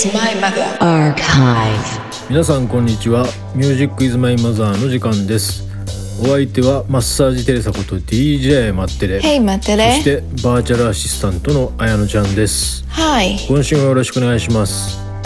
is my mother. Archive。 皆さんこんにちは。 Music is my mother の時間です。お相手はマッサージテレサこと DJ マッテレ、 Hey マテそレ。 してバーチャルアシスタントのあやのちゃんです。 はい今週もよろしくお願いします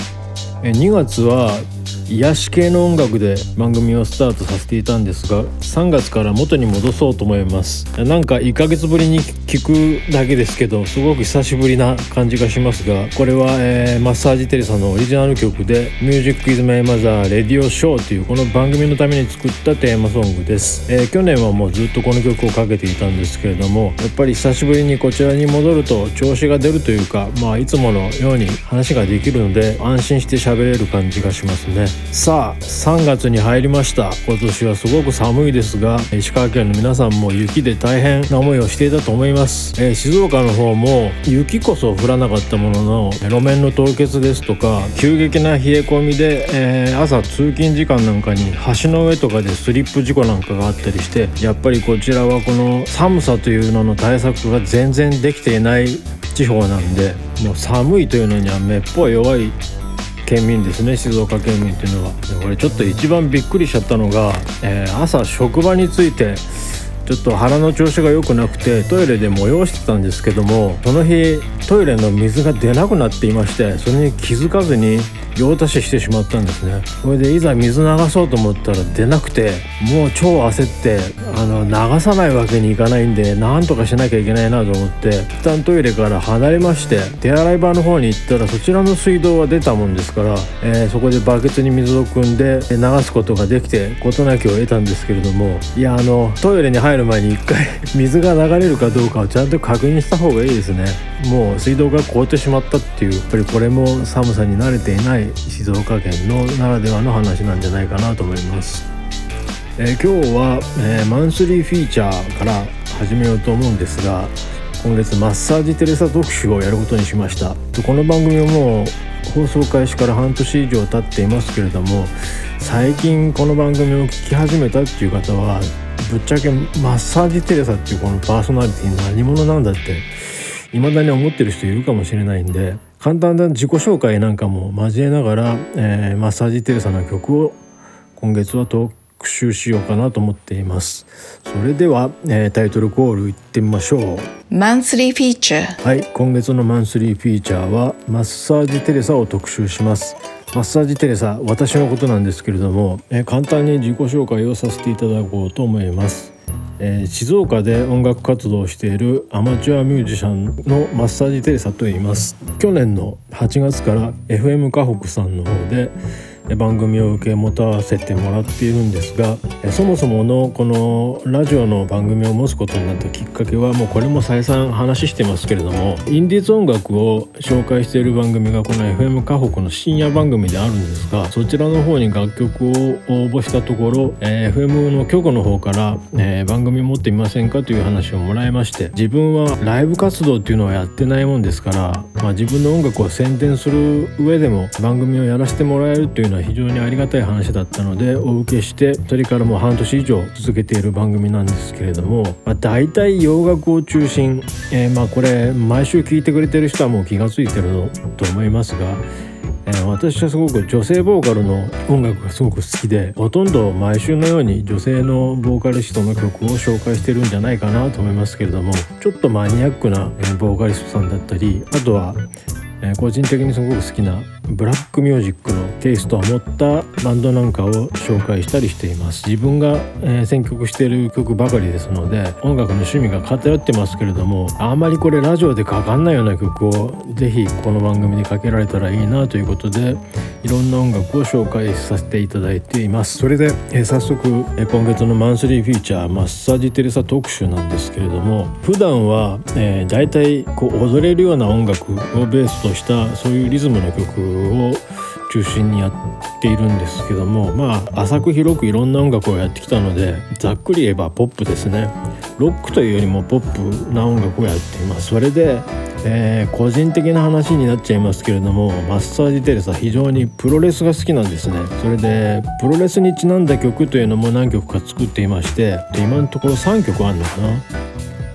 。2月は癒し系の音楽で番組をスタートさせていたんですが、3月から元に戻そうと思います。なんか1ヶ月ぶりに聞くだけですけど、すごく久しぶりな感じがしますが、これは、マッサージテレサのオリジナル曲で Music is my mother Radio Show というこの番組のために作ったテーマソングです。去年はもうずっとこの曲をかけていたんですけれども、やっぱり久しぶりにこちらに戻ると調子が出るというか、いつものように話ができるので安心して喋れる感じがしますね。さあ3月に入りました。今年はすごく寒いですが、石川県の皆さんも雪で大変な思いをしていたと思います。静岡の方も雪こそ降らなかったものの、路面の凍結ですとか急激な冷え込みで、朝通勤時間なんかに橋の上とかでスリップ事故なんかがあったりして、やっぱりこちらはこの寒さというのの対策が全然できていない地方なんで、もう寒いというのにはめっぽい弱い県民ですね、静岡県民っていうのは。これちょっと一番びっくりしちゃったのが、朝職場に着いてちょっと腹の調子が良くなくてトイレで催してたんですけども、その日トイレの水が出なくなっていまして、それに気づかずに用足ししてしまったんですね。それでいざ水流そうと思ったら出なくて、もう超焦って流さないわけにいかないんでなんとかしなきゃいけないなと思って一旦トイレから離れまして、手洗い場の方に行ったらそちらの水道は出たもんですから、そこでバケツに水を汲んで流すことができて事なきを得たんですけれども、いやトイレに入る前に一回水が流れるかどうかをちゃんと確認した方がいいですね。もう水道が凍ってしまったっていう、やっぱりこれも寒さに慣れていない静岡県のならではの話なんじゃないかなと思います。今日は、マンスリーフィーチャーから始めようと思うんですが、今月マッサージテレサ特集をやることにしました。この番組はもう放送開始から半年以上経っていますけれども、最近この番組を聞き始めたっていう方はぶっちゃけマッサージテレサっていうこのパーソナリティ何者なんだって未だに思ってる人いるかもしれないんで、簡単な自己紹介なんかも交えながら、マッサージテレサの曲を今月は特集しようかなと思っています。それでは、タイトルコールいってみましょう。 マンスリーフィーチャー。 はい、今月のマンスリーフィーチャーはマッサージテレサを特集します。マッサージテレサ、私のことなんですけれども、簡単に自己紹介をさせていただこうと思います。静岡で音楽活動をしているアマチュアミュージシャンのマッサージテレサと言います。去年の8月から FM 河北さんの方で番組を受け持たせてもらっているんですが、そもそものこのラジオの番組を持つことになったきっかけは、もうこれも再三話してますけれども、インディーズ音楽を紹介している番組がこの FM 河北の深夜番組であるんですが、そちらの方に楽曲を応募したところ、FM の局の方から、番組持ってみませんかという話をもらいまして、自分はライブ活動っていうのはやってないもんですから、自分の音楽を宣伝する上でも番組をやらせてもらえるっていうのは非常にありがたい話だったのでお受けして、それからもう半年以上続けている番組なんですけれども、だいたい洋楽を中心、これ毎週聴いてくれてる人はもう気がついてると思いますが、私はすごく女性ボーカルの音楽がすごく好きで、ほとんど毎週のように女性のボーカリストの曲を紹介してるんじゃないかなと思いますけれども、ちょっとマニアックなボーカリストさんだったり、あとは個人的にすごく好きなブラックミュージックのテイストを持ったバンドなんかを紹介したりしています。自分が、選曲している曲ばかりですので、音楽の趣味が偏ってますけれども、あまりこれラジオでかかんないような曲をぜひこの番組でかけられたらいいなということで、いろんな音楽を紹介させていただいています。それで、早速、今月のマンスリーフィーチャーマッサージテレサ特集なんですけれども、普段は、だいたい踊れるような音楽をベースとしたそういうリズムの曲を中心にやっているんですけども、浅く広くいろんな音楽をやってきたので、ざっくり言えばポップですね。ロックというよりもポップな音楽をやっています。それで、個人的な話になっちゃいますけれども、マッサージテレサ非常にプロレスが好きなんですね。それでプロレスにちなんだ曲というのも何曲か作っていまして、今のところ3曲あるのかな。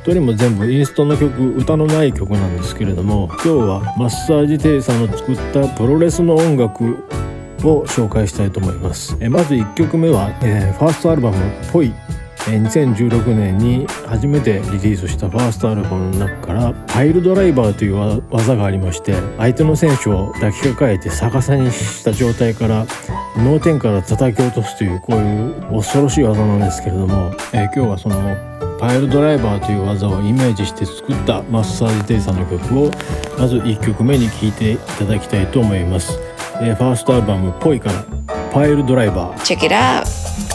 どれも全部インストの曲、歌のない曲なんですけれども、今日はマッサージテイさんの作ったプロレスの音楽を紹介したいと思います。まず1曲目は、ファーストアルバムぽい、2016年に初めてリリースしたファーストアルバムの中からパイルドライバーという技がありまして、相手の選手を抱きかかえて逆さにした状態から脳天から叩き落とすという、こういう恐ろしい技なんですけれども、今日はそのパイルドライバーという技をイメージして作ったマッサージテイさんの曲をまず1曲目に聴いていただきたいと思います。ファーストアルバムぽいからパイルドライバー Check it out.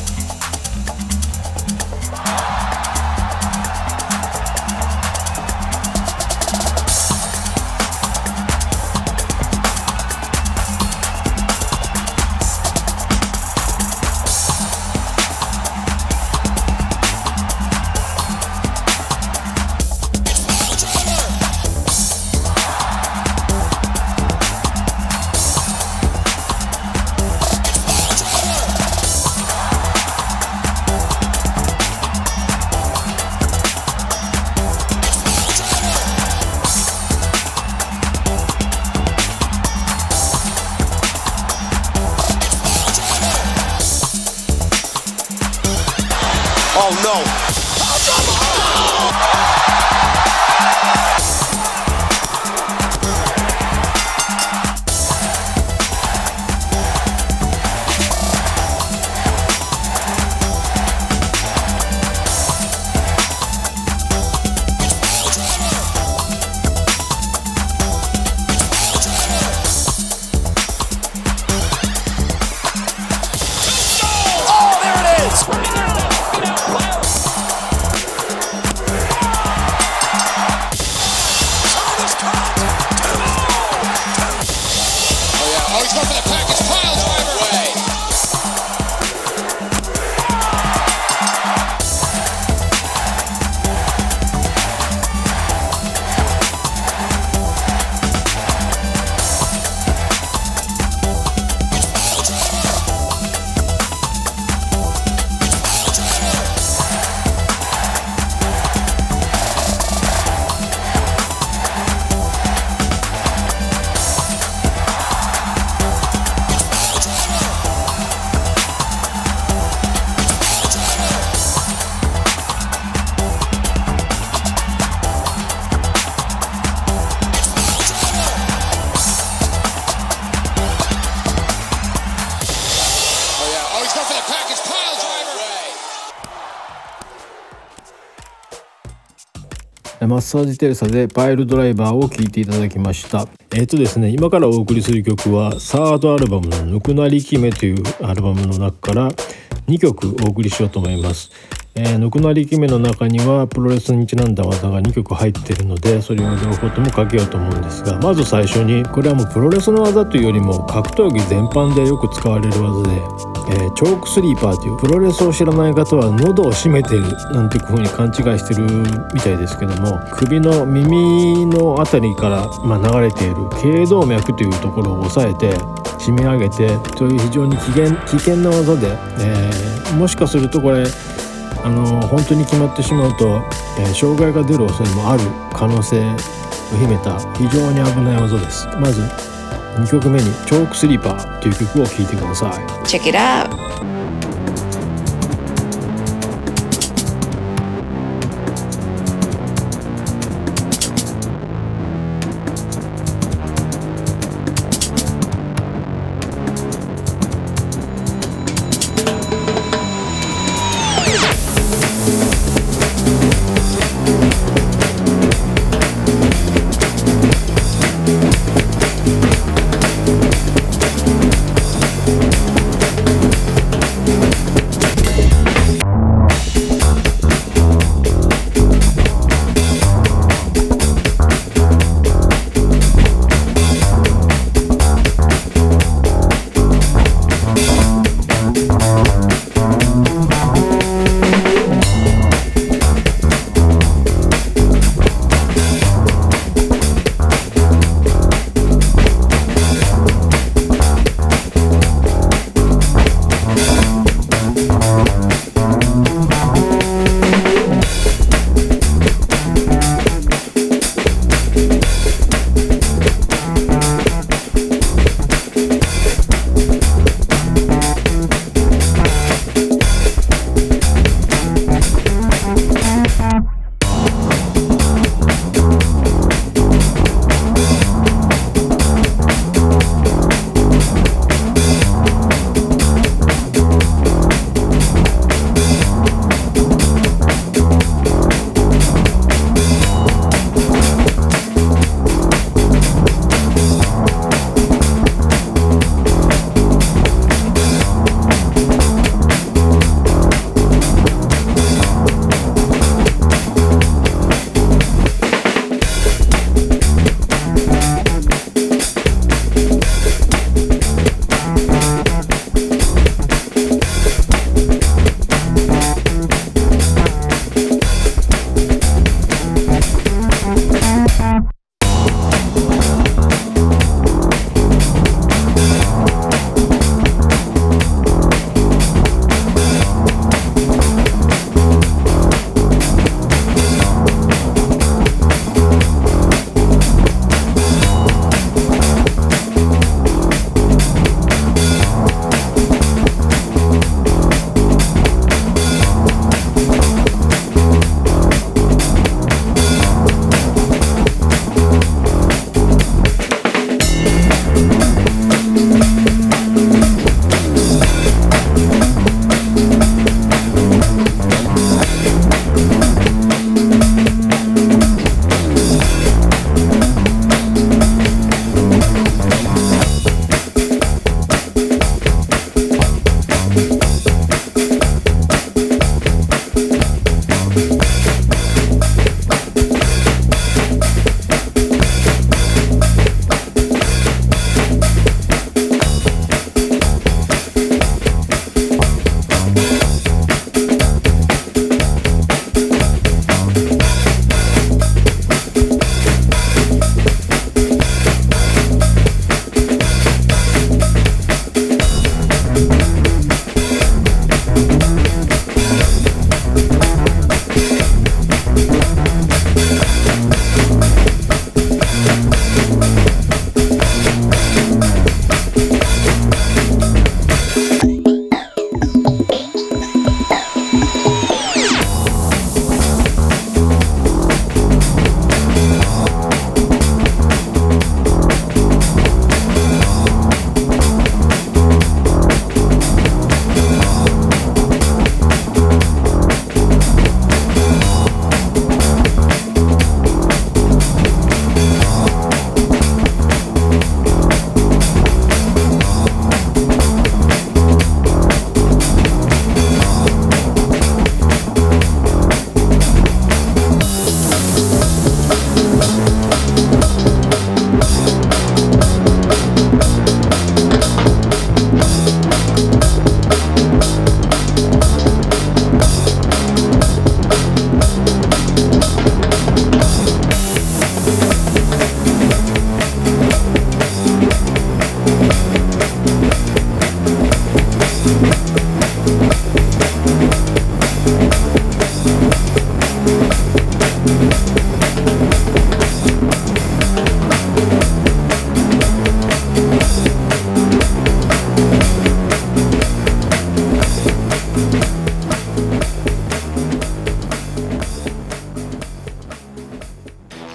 Oh no. Oh, there it is. Oh, he's going for the package pile driver. Way. Oh, he's going for the package pile driver. Way. マッサージテレサでパイルドライバーを聴いていただきました。ですね、今からお送りする曲はサードアルバムのぬくなりきめというアルバムの中から2曲お送りしようと思います。ぬくなりきめの中にはプロレスにちなんだ技が2曲入っているので、それを両方ともかけようと思うんですが、まず最初に、これはもうプロレスの技というよりも格闘技全般でよく使われる技で、チョークスリーパーという、プロレスを知らない方は喉を締めてるなんていう風に勘違いしてるみたいですけども、首の耳のあたりから、流れている頸動脈というところを押さえて締め上げて、そういう非常に危険な技で、もしかするとこれ本当に決まってしまうと、障害が出る恐れもある可能性を秘めた非常に危ない技です。まず2曲目にチョークスリーパーという曲を聴いてください。 Check it out.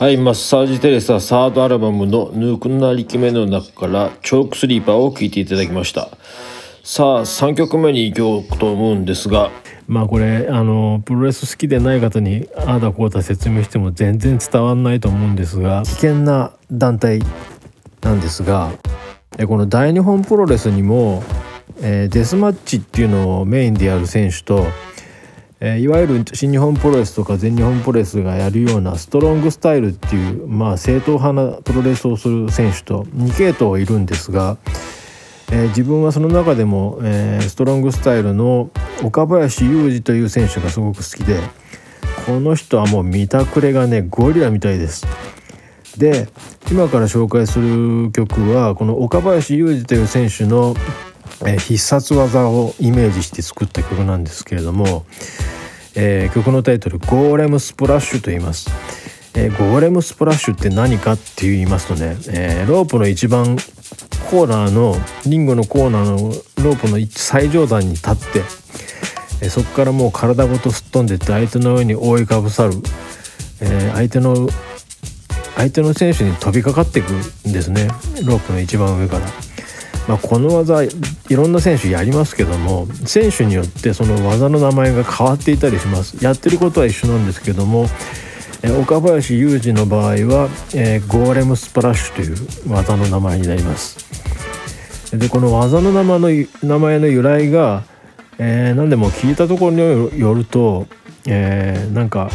はい、マッサージテレササードアルバムのぬくなりきめの中からチョークスリーパーを聴いていただきました。さあ3曲目に行こうと思うんですが、これプロレス好きでない方にああだこうだ説明しても全然伝わんないと思うんですが、危険な団体なんですが、この大日本プロレスにも、デスマッチっていうのをメインでやる選手と、いわゆる新日本プロレスとか全日本プロレスがやるようなストロングスタイルっていう、正統派なプロレスをする選手と2系統いるんですが、自分はその中でも、ストロングスタイルの岡林雄二という選手がすごく好きで、この人はもう見たくれがねゴリラみたいです。で今から紹介する曲はこの岡林雄二という選手の、必殺技をイメージして作った曲なんですけれども、曲のタイトルゴーレムスプラッシュと言います。ゴーレムスプラッシュって何かって言いますとね、ロープの一番コーナーのリングのコーナーのロープの最上段に立って、そこからもう体ごとすっ飛んでって相手の上に覆いかぶさる、相手の選手に飛びかかっていくんですね、ロープの一番上から。この技いろんな選手やりますけども、選手によってその技の名前が変わっていたりします。やってることは一緒なんですけども、岡林雄二の場合は、ゴーレムスプラッシュという技の名前になります。でこの技の名前の由来が、何でも聞いたところによると、なんか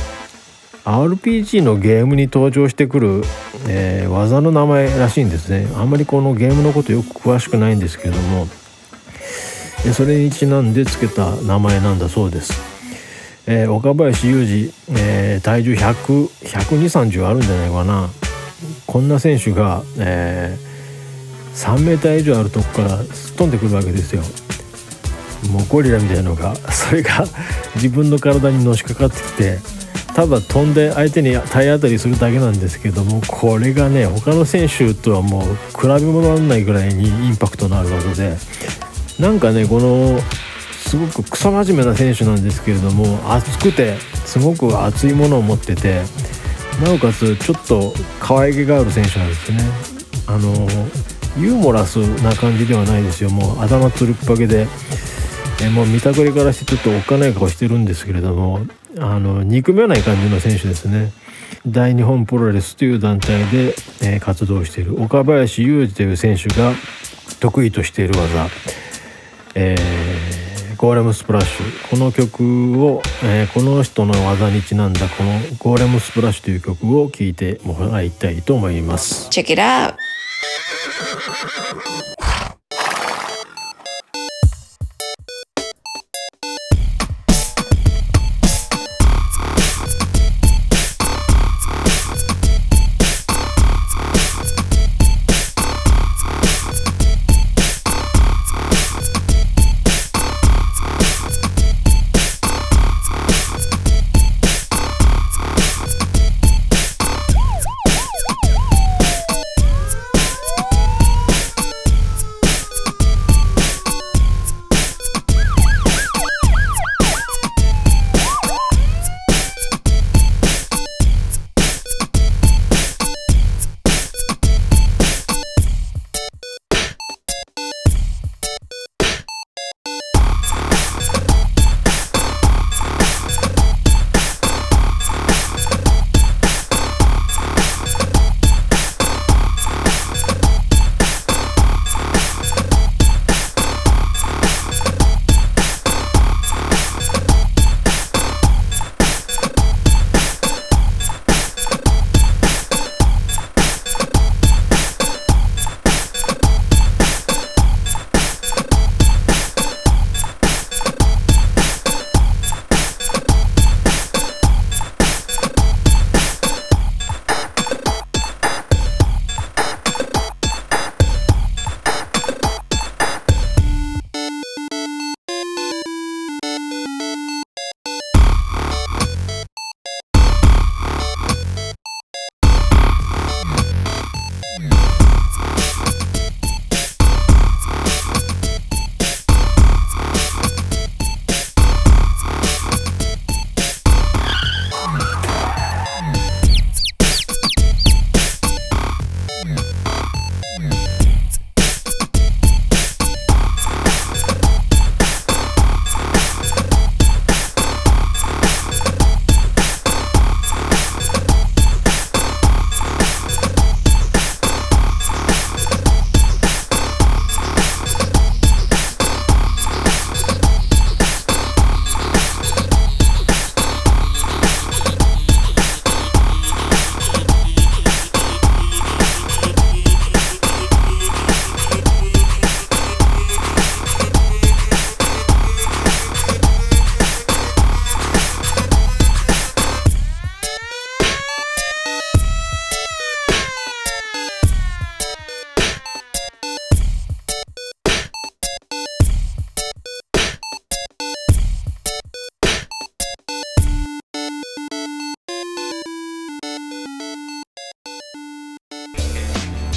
RPG のゲームに登場してくる、技の名前らしいんですね。あんまりこのゲームのことよく詳しくないんですけれども、それにちなんでつけた名前なんだそうです。岡林雄二、体重120-130あるんじゃないかな。こんな選手が、3メーター以上あるとこからすっ飛んでくるわけですよ。もうゴリラみたいなのが、それが自分の体にのしかかってきて、ただ飛んで相手に体当たりするだけなんですけども、これがね他の選手とはもう比べ物にならないぐらいにインパクトのある技で、なんかねこのすごくクソ真面目な選手なんですけれども、熱くてすごく熱いものを持ってて、なおかつちょっと可愛げがある選手なんですね。ユーモラスな感じではないですよ。もう頭つるっぱげで、もう見たくりからしてちょっとおっかない顔してるんですけれども、憎めない感じの選手ですね。大日本プロレスという団体で、活動している岡林雄二という選手が得意としている技、ゴーレムスプラッシュ、この曲を、この人の技にちなんだこのゴーレムスプラッシュという曲を聴いてもらいたいと思います。 Check it out.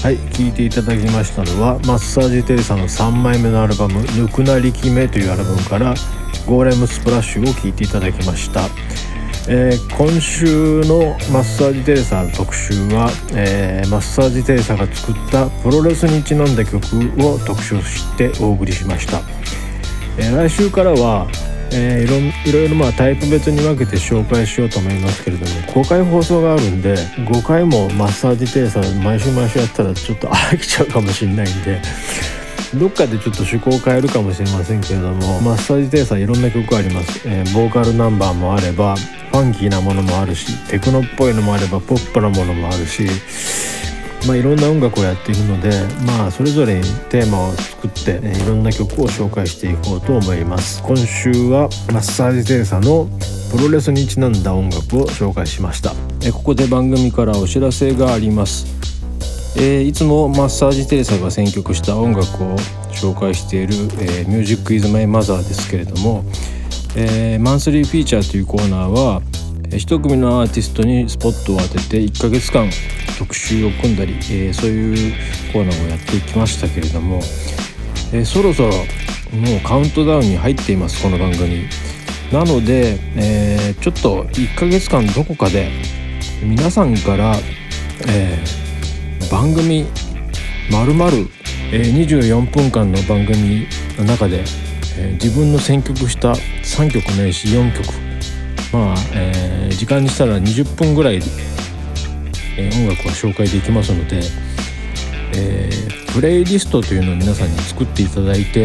はい、聴いていただきましたのはマッサージテレサの3枚目のアルバムぬくな力めというアルバムからゴーレムスプラッシュを聴いていただきました。今週のマッサージテレサの特集は、マッサージテレサが作ったプロレスにちなんだ曲を特集してお送りしました。来週からはいろいろタイプ別に分けて紹介しようと思いますけれども、5回放送があるんで5回もマッサージテレサ毎週やったらちょっと飽きちゃうかもしれないんで、どっかでちょっと趣向を変えるかもしれませんけれども、マッサージテレサいろんな曲あります。ボーカルナンバーもあればファンキーなものもあるし、テクノっぽいのもあればポップなものもあるし、いろんな音楽をやっているので、それぞれにテーマを作って、いろんな曲を紹介していこうと思います。今週はマッサージテレサのプロレスにちなんだ音楽を紹介しました。ここで番組からお知らせがあります。いつもマッサージテレサが選曲した音楽を紹介している、Music is my mother ですけれども、マンスリーフィーチャーというコーナーは一組のアーティストにスポットを当てて1ヶ月間特集を組んだり、そういうコーナーをやっていきましたけれども、そろそろもうカウントダウンに入っています、この番組なので、ちょっと1ヶ月間どこかで皆さんから、番組丸々、24分間の番組の中で、自分の選曲した3曲ないし4曲、時間にしたら20分ぐらいで、音楽は紹介できますので、プレイリストというのを皆さんに作っていただいて、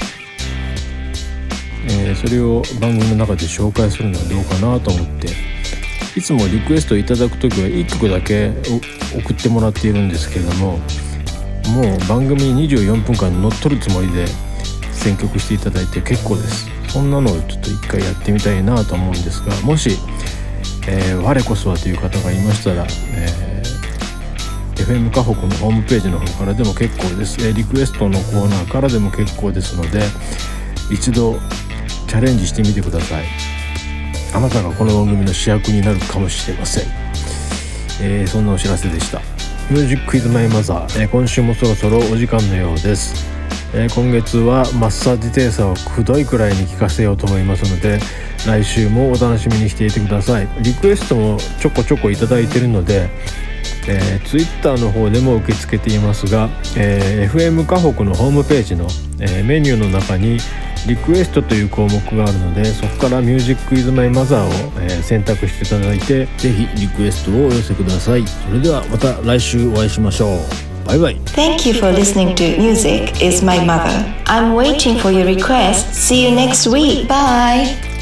それを番組の中で紹介するのはどうかなと思って、いつもリクエストいただくときは1曲だけ送ってもらっているんですけれども、もう番組24分間乗っ取るつもりで選曲していただいて結構です。そんなのをちょっと一回やってみたいなと思うんですが、もし、我こそはという方がいましたら、FM 河北のホームページの方からでも結構です。リクエストのコーナーからでも結構ですので、一度チャレンジしてみてください。あなたがこの番組の主役になるかもしれません。そんなお知らせでした。Music is my mother、今週もそろそろお時間のようです。今月はマッサージテレサをくどいくらいに聞かせようと思いますので、来週もお楽しみにしていてください。リクエストもちょこちょこいただいているので、Twitter の方でも受け付けていますが、FM 河北のホームページの、メニューの中にリクエストという項目があるので、そこから Music is my mother を、選択していただいて、ぜひリクエストをお寄せください。それではまた来週お会いしましょう。バイバイ。 Thank you for listening to Music is my mother. I'm waiting for your request. See you next week. Bye.